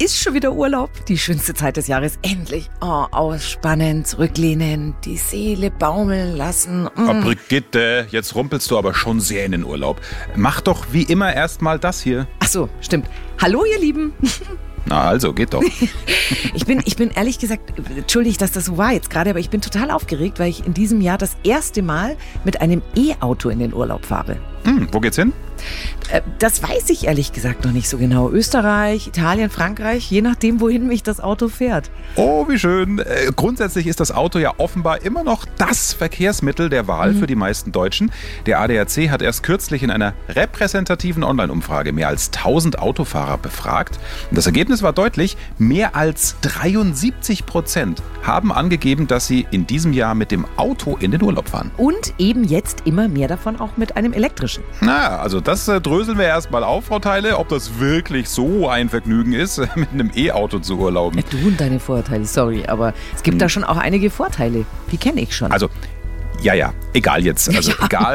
ist schon wieder Urlaub. Die schönste Zeit des Jahres. Endlich. Oh, ausspannen, zurücklehnen, die Seele baumeln lassen. Oh, Brigitte, jetzt rumpelst du aber schon sehr in den Urlaub. Mach doch wie immer erstmal das hier. Ach so, stimmt. Hallo, ihr Lieben. Na also, geht doch. Ich bin ehrlich gesagt, entschuldigt, dass das so war jetzt gerade, aber ich bin total aufgeregt, weil ich in diesem Jahr das erste Mal mit einem E-Auto in den Urlaub fahre. Wo geht's hin? Das weiß ich ehrlich gesagt noch nicht so genau. Österreich, Italien, Frankreich, je nachdem, wohin mich das Auto fährt. Oh, wie schön. Grundsätzlich ist das Auto ja offenbar immer noch das Verkehrsmittel der Wahl für die meisten Deutschen. Der ADAC hat erst kürzlich in einer repräsentativen Online-Umfrage mehr als 1000 Autofahrer befragt. Und das Ergebnis war deutlich, mehr als 73% haben angegeben, dass sie in diesem Jahr mit dem Auto in den Urlaub fahren. Und eben jetzt immer mehr davon auch mit einem elektrischen. Na, also das dröseln wir erstmal auf, Frau Theile, ob das wirklich so ein Vergnügen ist, mit einem E-Auto zu urlauben. Du und deine Vorteile, sorry, aber es gibt da schon auch einige Vorteile. Die kenne ich schon. Also, ja, egal jetzt. Also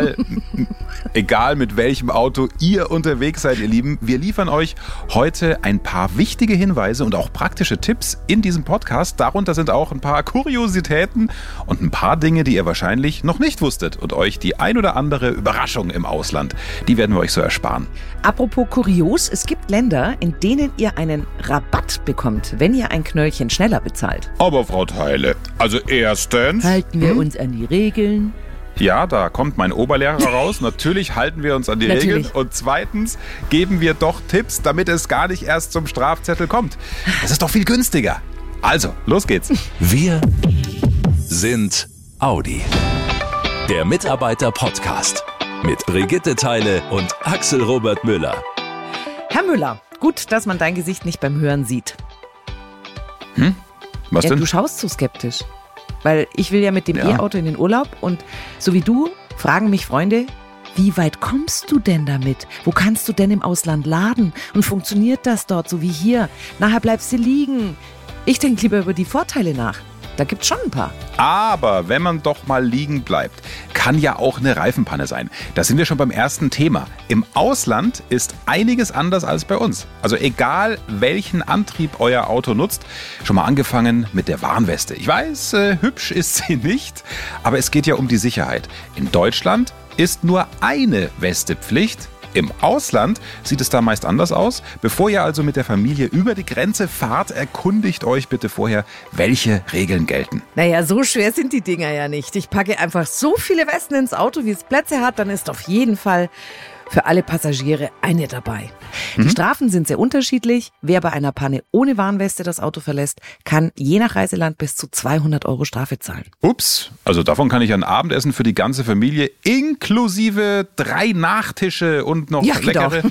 egal mit welchem Auto ihr unterwegs seid, ihr Lieben. Wir liefern euch heute ein paar wichtige Hinweise und auch praktische Tipps in diesem Podcast. Darunter sind auch ein paar Kuriositäten und ein paar Dinge, die ihr wahrscheinlich noch nicht wusstet und euch die ein oder andere Überraschung im Ausland, die werden wir euch so ersparen. Apropos kurios, es gibt Länder, in denen ihr einen Rabatt bekommt, wenn ihr ein Knöllchen schneller bezahlt. Aber Frau Theile, also erstens... Halten wir uns an die Regeln? Ja, da kommt mein Oberlehrer raus. Natürlich halten wir uns an die Regeln. Und zweitens geben wir doch Tipps, damit es gar nicht erst zum Strafzettel kommt. Das ist doch viel günstiger. Also, los geht's. Wir sind Audi. Der Mitarbeiter-Podcast mit Brigitte Theile und Axel Robert Müller. Herr Müller, gut, dass man dein Gesicht nicht beim Hören sieht. Was Ja, denn? du schaust zu skeptisch. Weil ich will ja mit dem E-Auto in den Urlaub und so wie du fragen mich Freunde, wie weit kommst du denn damit? Wo kannst du denn im Ausland laden? Und funktioniert das dort so wie hier? Nachher bleibst du liegen. Ich denke lieber über die Vorteile nach. Da gibt's schon ein paar. Aber wenn man doch mal liegen bleibt, kann ja auch eine Reifenpanne sein. Da sind wir schon beim ersten Thema. Im Ausland ist einiges anders als bei uns. Also egal, welchen Antrieb euer Auto nutzt, schon mal angefangen mit der Warnweste. Ich weiß, hübsch ist sie nicht, aber es geht ja um die Sicherheit. In Deutschland ist nur eine Weste Pflicht. Im Ausland sieht es da meist anders aus. Bevor ihr also mit der Familie über die Grenze fahrt, erkundigt euch bitte vorher, welche Regeln gelten. Naja, so schwer sind die Dinger ja nicht. Ich packe einfach so viele Westen ins Auto, wie es Plätze hat, dann ist auf jeden Fall für alle Passagiere eine dabei. Die Strafen sind sehr unterschiedlich. Wer bei einer Panne ohne Warnweste das Auto verlässt, kann je nach Reiseland bis zu 200 € Strafe zahlen. Ups, also davon kann ich ein Abendessen für die ganze Familie inklusive 3 Nachtische und noch leckere...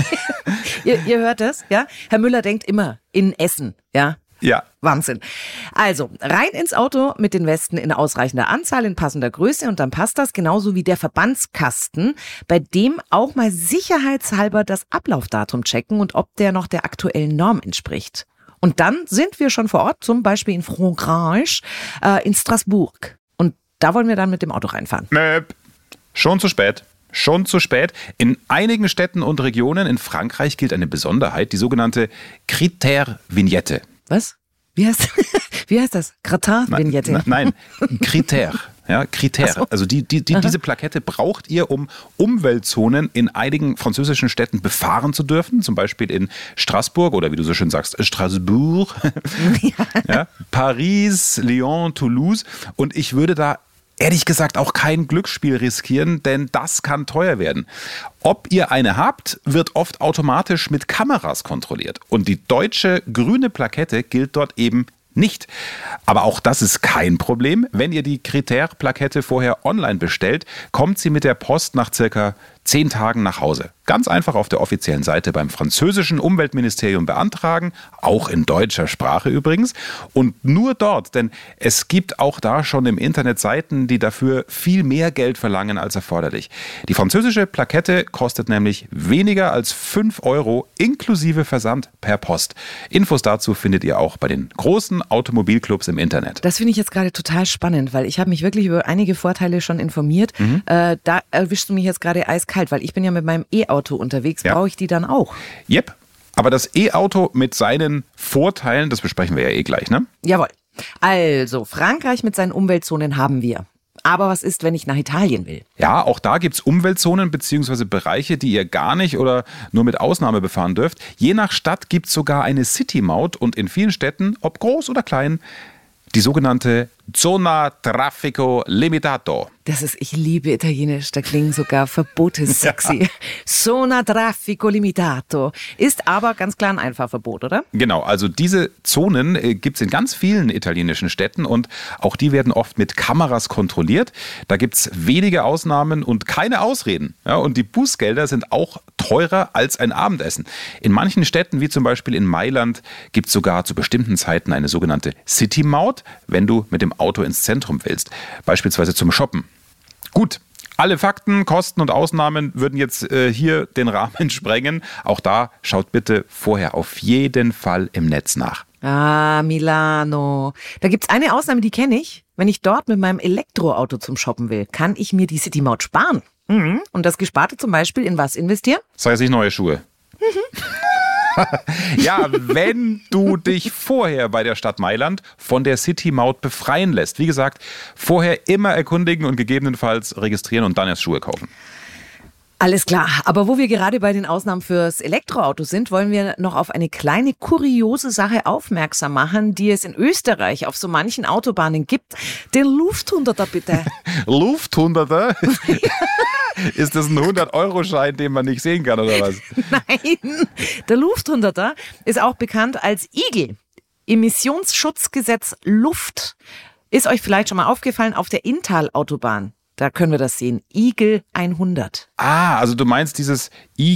Ihr hört das, ja? Herr Müller denkt immer in Essen, ja? Ja. Wahnsinn. Also, rein ins Auto mit den Westen in ausreichender Anzahl, in passender Größe und dann passt das, genauso wie der Verbandskasten, bei dem auch mal sicherheitshalber das Ablaufdatum checken und ob der noch der aktuellen Norm entspricht. Und dann sind wir schon vor Ort, zum Beispiel in Frankreich, in Straßburg. Und da wollen wir dann mit dem Auto reinfahren. Schon zu spät. Schon zu spät. In einigen Städten und Regionen in Frankreich gilt eine Besonderheit, die sogenannte Critère-Vignette. Was? Wie heißt das? Gratin-Vignette? Nein, Critère. Ja, Critère. So. Also diese Plakette braucht ihr, um Umweltzonen in einigen französischen Städten befahren zu dürfen. Zum Beispiel in Straßburg oder wie du so schön sagst, Strasbourg, ja, Paris, Lyon, Toulouse. Und ich würde da ehrlich gesagt auch kein Glücksspiel riskieren, denn das kann teuer werden. Ob ihr eine habt, wird oft automatisch mit Kameras kontrolliert. Und die deutsche grüne Plakette gilt dort eben nicht. Aber auch das ist kein Problem. Wenn ihr die Critère-Plakette vorher online bestellt, kommt sie mit der Post nach circa 10 Tagen nach Hause. Ganz einfach auf der offiziellen Seite beim französischen Umweltministerium beantragen, auch in deutscher Sprache übrigens. Und nur dort, denn es gibt auch da schon im Internet Seiten, die dafür viel mehr Geld verlangen als erforderlich. Die französische Plakette kostet nämlich weniger als 5 € inklusive Versand per Post. Infos dazu findet ihr auch bei den großen Automobilclubs im Internet. Das finde ich jetzt gerade total spannend, weil ich habe mich wirklich über einige Vorteile schon informiert. Da erwischst du mich jetzt gerade eiskalt, weil ich bin ja mit meinem E-Auto unterwegs. Ja. Brauche ich die dann auch? Yep. Aber das E-Auto mit seinen Vorteilen, das besprechen wir ja eh gleich, ne? Jawohl. Also, Frankreich mit seinen Umweltzonen haben wir. Aber was ist, wenn ich nach Italien will? Ja, auch da gibt's Umweltzonen bzw. Bereiche, die ihr gar nicht oder nur mit Ausnahme befahren dürft. Je nach Stadt gibt's sogar eine City-Maut und in vielen Städten, ob groß oder klein, die sogenannte Zona Traffico Limitato. Ich liebe Italienisch, da klingen sogar Verbote sexy. Ja. Zona Traffico Limitato ist aber ganz klar ein Einfahrverbot, oder? Genau, also diese Zonen gibt's in ganz vielen italienischen Städten und auch die werden oft mit Kameras kontrolliert. Da gibt's wenige Ausnahmen und keine Ausreden. Ja, und die Bußgelder sind auch teurer als ein Abendessen. In manchen Städten, wie zum Beispiel in Mailand, gibt's sogar zu bestimmten Zeiten eine sogenannte City-Maut, wenn du mit dem Auto ins Zentrum willst, beispielsweise zum Shoppen. Gut, alle Fakten, Kosten und Ausnahmen würden jetzt hier den Rahmen sprengen. Auch da schaut bitte vorher auf jeden Fall im Netz nach. Ah, Milano. Da gibt's eine Ausnahme, die kenne ich. Wenn ich dort mit meinem Elektroauto zum Shoppen will, kann ich mir die City-Maut sparen. Mhm. Und das Gesparte zum Beispiel in was investieren? Sei es nicht neue Schuhe. Ja, wenn du dich vorher bei der Stadt Mailand von der City-Maut befreien lässt. Wie gesagt, vorher immer erkundigen und gegebenenfalls registrieren und dann erst Schuhe kaufen. Alles klar, aber wo wir gerade bei den Ausnahmen fürs Elektroauto sind, wollen wir noch auf eine kleine kuriose Sache aufmerksam machen, die es in Österreich auf so manchen Autobahnen gibt. Den Lufthunderter bitte. Lufthunderter? Ist das ein 100-Euro-Schein, den man nicht sehen kann, oder was? Nein, der Lufthunderter ist auch bekannt als Igel. Emissionsschutzgesetz Luft. Ist euch vielleicht schon mal aufgefallen auf der Inntal-Autobahn? Da können wir das sehen. Igel 100. Ah, also du meinst dieses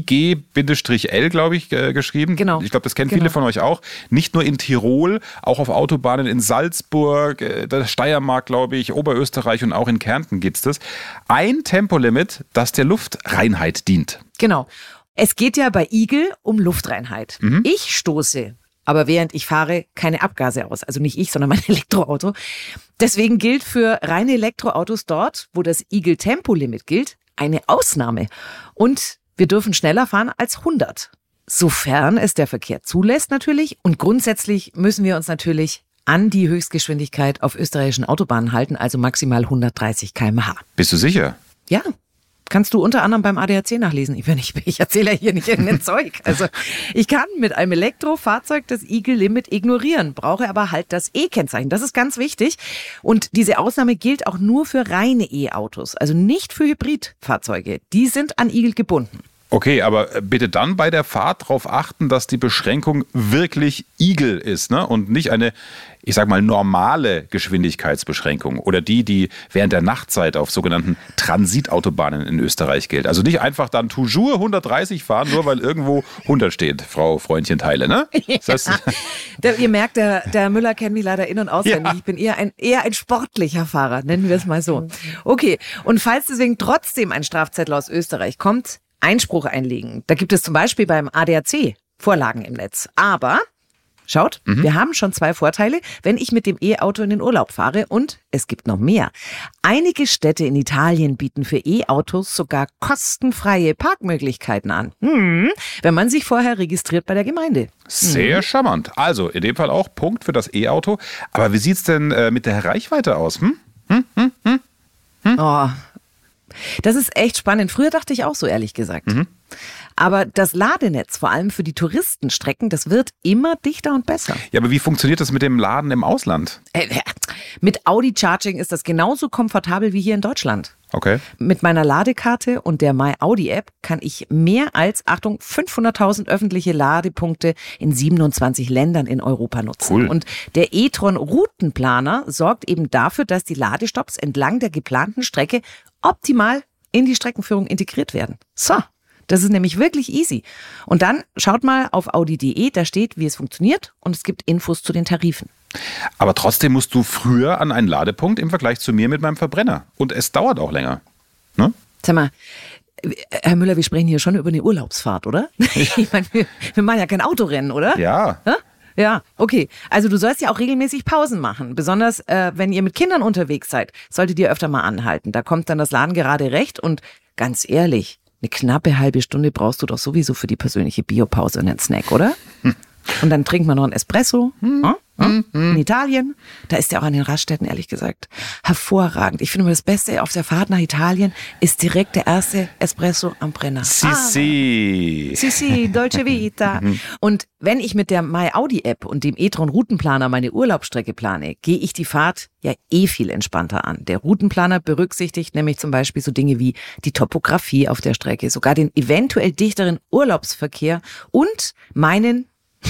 IG-L, glaube ich, geschrieben? Genau. Ich glaube, das kennen viele von euch auch. Nicht nur in Tirol, auch auf Autobahnen in Salzburg, der Steiermark, glaube ich, Oberösterreich und auch in Kärnten gibt es das. Ein Tempolimit, das der Luftreinheit dient. Genau. Es geht ja bei Igel um Luftreinheit. Mhm. Ich stoße aber während ich fahre keine Abgase aus. Also nicht ich, sondern mein Elektroauto. Deswegen gilt für reine Elektroautos dort, wo das Igel-Tempolimit gilt, eine Ausnahme. Und wir dürfen schneller fahren als 100. Sofern es der Verkehr zulässt natürlich. Und grundsätzlich müssen wir uns natürlich an die Höchstgeschwindigkeit auf österreichischen Autobahnen halten, also maximal 130 km/h. Bist du sicher? Ja. Kannst du unter anderem beim ADAC nachlesen. Ich erzähle ja hier nicht irgendein Zeug. Also ich kann mit einem Elektrofahrzeug das Igel-Limit ignorieren, brauche aber halt das E-Kennzeichen. Das ist ganz wichtig. Und diese Ausnahme gilt auch nur für reine E-Autos, also nicht für Hybridfahrzeuge. Die sind an Igel gebunden. Okay, aber bitte dann bei der Fahrt darauf achten, dass die Beschränkung wirklich Igel ist, ne? Und nicht eine, ich sag mal, normale Geschwindigkeitsbeschränkung oder die während der Nachtzeit auf sogenannten Transitautobahnen in Österreich gilt. Also nicht einfach dann toujours 130 fahren, nur weil irgendwo 100 steht, Frau Freundchen Teile, ne? Das heißt, ihr merkt, der Müller kennt mich leider in- und auswendig. Ja. Ich bin eher ein sportlicher Fahrer, nennen wir es mal so. Okay, und falls deswegen trotzdem ein Strafzettel aus Österreich kommt, Einspruch einlegen. Da gibt es zum Beispiel beim ADAC Vorlagen im Netz. Aber, schaut, wir haben schon 2 Vorteile, wenn ich mit dem E-Auto in den Urlaub fahre. Und es gibt noch mehr. Einige Städte in Italien bieten für E-Autos sogar kostenfreie Parkmöglichkeiten an. Wenn man sich vorher registriert bei der Gemeinde. Sehr charmant. Also in dem Fall auch Punkt für das E-Auto. Aber wie sieht's denn mit der Reichweite aus? Oh, das ist echt spannend. Früher dachte ich auch so, ehrlich gesagt. Aber das Ladenetz, vor allem für die Touristenstrecken, das wird immer dichter und besser. Ja, aber wie funktioniert das mit dem Laden im Ausland? Mit Audi Charging ist das genauso komfortabel wie hier in Deutschland. Okay. Mit meiner Ladekarte und der My Audi App kann ich mehr als, Achtung, 500.000 öffentliche Ladepunkte in 27 Ländern in Europa nutzen. Cool. Und der e-tron Routenplaner sorgt eben dafür, dass die Ladestops entlang der geplanten Strecke optimal in die Streckenführung integriert werden. So, das ist nämlich wirklich easy. Und dann schaut mal auf audi.de, da steht, wie es funktioniert und es gibt Infos zu den Tarifen. Aber trotzdem musst du früher an einen Ladepunkt im Vergleich zu mir mit meinem Verbrenner. Und es dauert auch länger. Ne? Sag mal, Herr Müller, wir sprechen hier schon über eine Urlaubsfahrt, oder? Ich meine, wir machen ja kein Autorennen, oder? Ja. Ja, okay. Also du sollst ja auch regelmäßig Pausen machen. Besonders, wenn ihr mit Kindern unterwegs seid, solltet ihr öfter mal anhalten. Da kommt dann das Laden gerade recht und ganz ehrlich, eine knappe halbe Stunde brauchst du doch sowieso für die persönliche Biopause und einen Snack, oder? Und dann trinkt man noch einen Espresso. In Italien, da ist ja auch an den Raststätten, ehrlich gesagt, hervorragend. Ich finde immer, das Beste auf der Fahrt nach Italien ist direkt der erste Espresso am Brenner. Sì, Dolce Vita. Und wenn ich mit der MyAudi-App und dem e-tron Routenplaner meine Urlaubsstrecke plane, gehe ich die Fahrt ja viel entspannter an. Der Routenplaner berücksichtigt nämlich zum Beispiel so Dinge wie die Topografie auf der Strecke, sogar den eventuell dichteren Urlaubsverkehr und meinen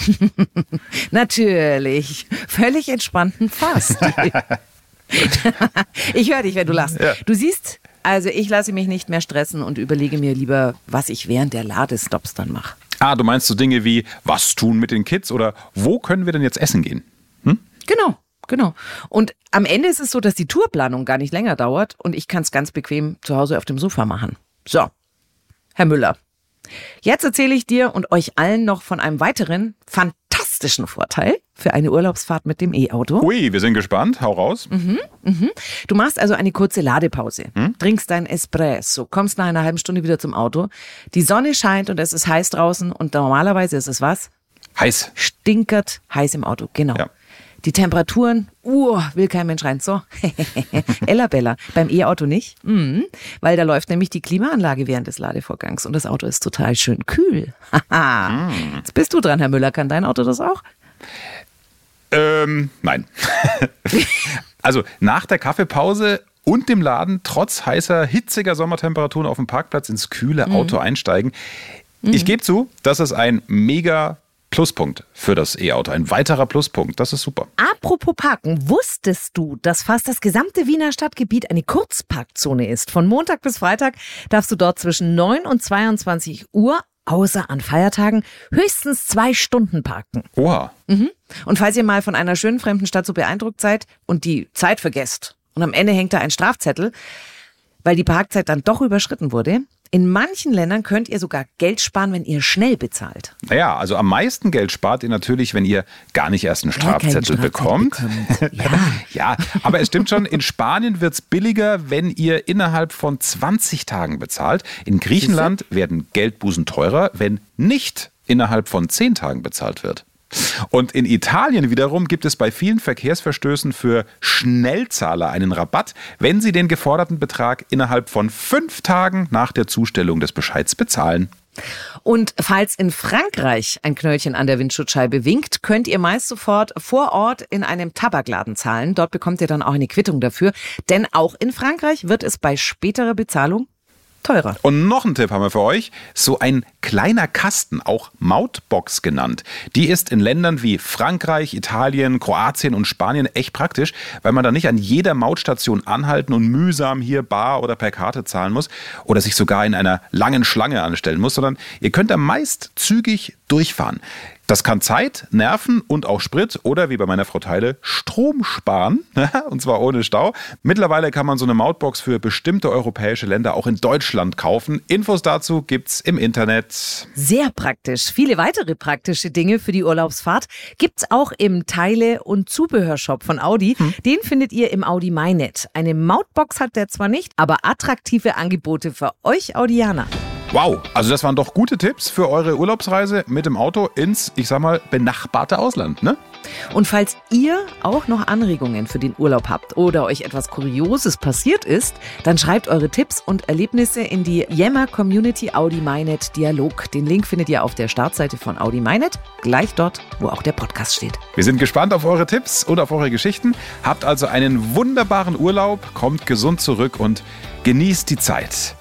natürlich völlig entspannten Fahrstil. Ich höre dich, wenn du lachst. Ja. Du siehst, also ich lasse mich nicht mehr stressen und überlege mir lieber, was ich während der Ladestops dann mache. Du meinst so Dinge wie, was tun mit den Kids oder wo können wir denn jetzt essen gehen? Genau. Und am Ende ist es so, dass die Tourplanung gar nicht länger dauert und ich kann es ganz bequem zu Hause auf dem Sofa machen. So, Herr Müller. Jetzt erzähle ich dir und euch allen noch von einem weiteren fantastischen Vorteil für eine Urlaubsfahrt mit dem E-Auto. Ui, wir sind gespannt. Hau raus. Du machst also eine kurze Ladepause, trinkst dein Espresso, kommst nach einer halben Stunde wieder zum Auto. Die Sonne scheint und es ist heiß draußen und normalerweise ist es was? Heiß. Stinkert heiß im Auto, genau. Ja. Die Temperaturen, will kein Mensch rein. So, Ella Bella. Beim E-Auto nicht, weil da läuft nämlich die Klimaanlage während des Ladevorgangs und das Auto ist total schön kühl. Jetzt bist du dran, Herr Müller. Kann dein Auto das auch? Nein. Also nach der Kaffeepause und dem Laden trotz heißer, hitziger Sommertemperaturen auf dem Parkplatz ins kühle Auto einsteigen. Ich gebe zu, das ist ein mega Pluspunkt für das E-Auto. Ein weiterer Pluspunkt. Das ist super. Apropos Parken, wusstest du, dass fast das gesamte Wiener Stadtgebiet eine Kurzparkzone ist? Von Montag bis Freitag darfst du dort zwischen 9 und 22 Uhr, außer an Feiertagen, höchstens 2 Stunden parken. Oha. Und falls ihr mal von einer schönen fremden Stadt so beeindruckt seid und die Zeit vergesst und am Ende hängt da ein Strafzettel, weil die Parkzeit dann doch überschritten wurde, in manchen Ländern könnt ihr sogar Geld sparen, wenn ihr schnell bezahlt. Naja, also am meisten Geld spart ihr natürlich, wenn ihr gar nicht erst einen Strafzettel bekommt. Ja, aber es stimmt schon, in Spanien wird es billiger, wenn ihr innerhalb von 20 Tagen bezahlt. In Griechenland werden Geldbußen teurer, wenn nicht innerhalb von 10 Tagen bezahlt wird. Und in Italien wiederum gibt es bei vielen Verkehrsverstößen für Schnellzahler einen Rabatt, wenn sie den geforderten Betrag innerhalb von 5 Tagen nach der Zustellung des Bescheids bezahlen. Und falls in Frankreich ein Knöllchen an der Windschutzscheibe winkt, könnt ihr meist sofort vor Ort in einem Tabakladen zahlen. Dort bekommt ihr dann auch eine Quittung dafür, denn auch in Frankreich wird es bei späterer Bezahlung teurer. Und noch einen Tipp haben wir für euch. So ein kleiner Kasten, auch Mautbox genannt, die ist in Ländern wie Frankreich, Italien, Kroatien und Spanien echt praktisch, weil man da nicht an jeder Mautstation anhalten und mühsam hier bar oder per Karte zahlen muss oder sich sogar in einer langen Schlange anstellen muss, sondern ihr könnt da meist zügig durchfahren. Das kann Zeit, Nerven und auch Sprit oder wie bei meiner Frau Theile Strom sparen, und zwar ohne Stau. Mittlerweile kann man so eine Mautbox für bestimmte europäische Länder auch in Deutschland kaufen. Infos dazu gibt's im Internet. Sehr praktisch. Viele weitere praktische Dinge für die Urlaubsfahrt gibt's auch im Teile- und Zubehörshop von Audi. Den findet ihr im Audi MyNet. Eine Mautbox hat der zwar nicht, aber attraktive Angebote für euch Audianer. Wow, also das waren doch gute Tipps für eure Urlaubsreise mit dem Auto ins, ich sag mal, benachbarte Ausland, ne? Und falls ihr auch noch Anregungen für den Urlaub habt oder euch etwas Kurioses passiert ist, dann schreibt eure Tipps und Erlebnisse in die Yammer Community Audi MyNet Dialog. Den Link findet ihr auf der Startseite von Audi MyNet, gleich dort, wo auch der Podcast steht. Wir sind gespannt auf eure Tipps und auf eure Geschichten. Habt also einen wunderbaren Urlaub, kommt gesund zurück und genießt die Zeit.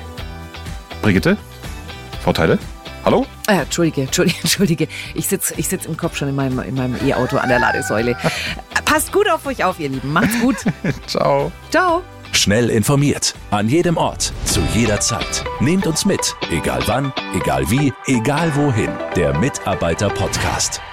Brigitte? Frau Theile? Hallo? Entschuldige. Ich sitz im Kopf schon in meinem E-Auto an der Ladesäule. Passt gut auf euch auf, ihr Lieben. Macht's gut. Ciao. Ciao. Schnell informiert. An jedem Ort. Zu jeder Zeit. Nehmt uns mit. Egal wann, egal wie, egal wohin. Der Mitarbeiter-Podcast.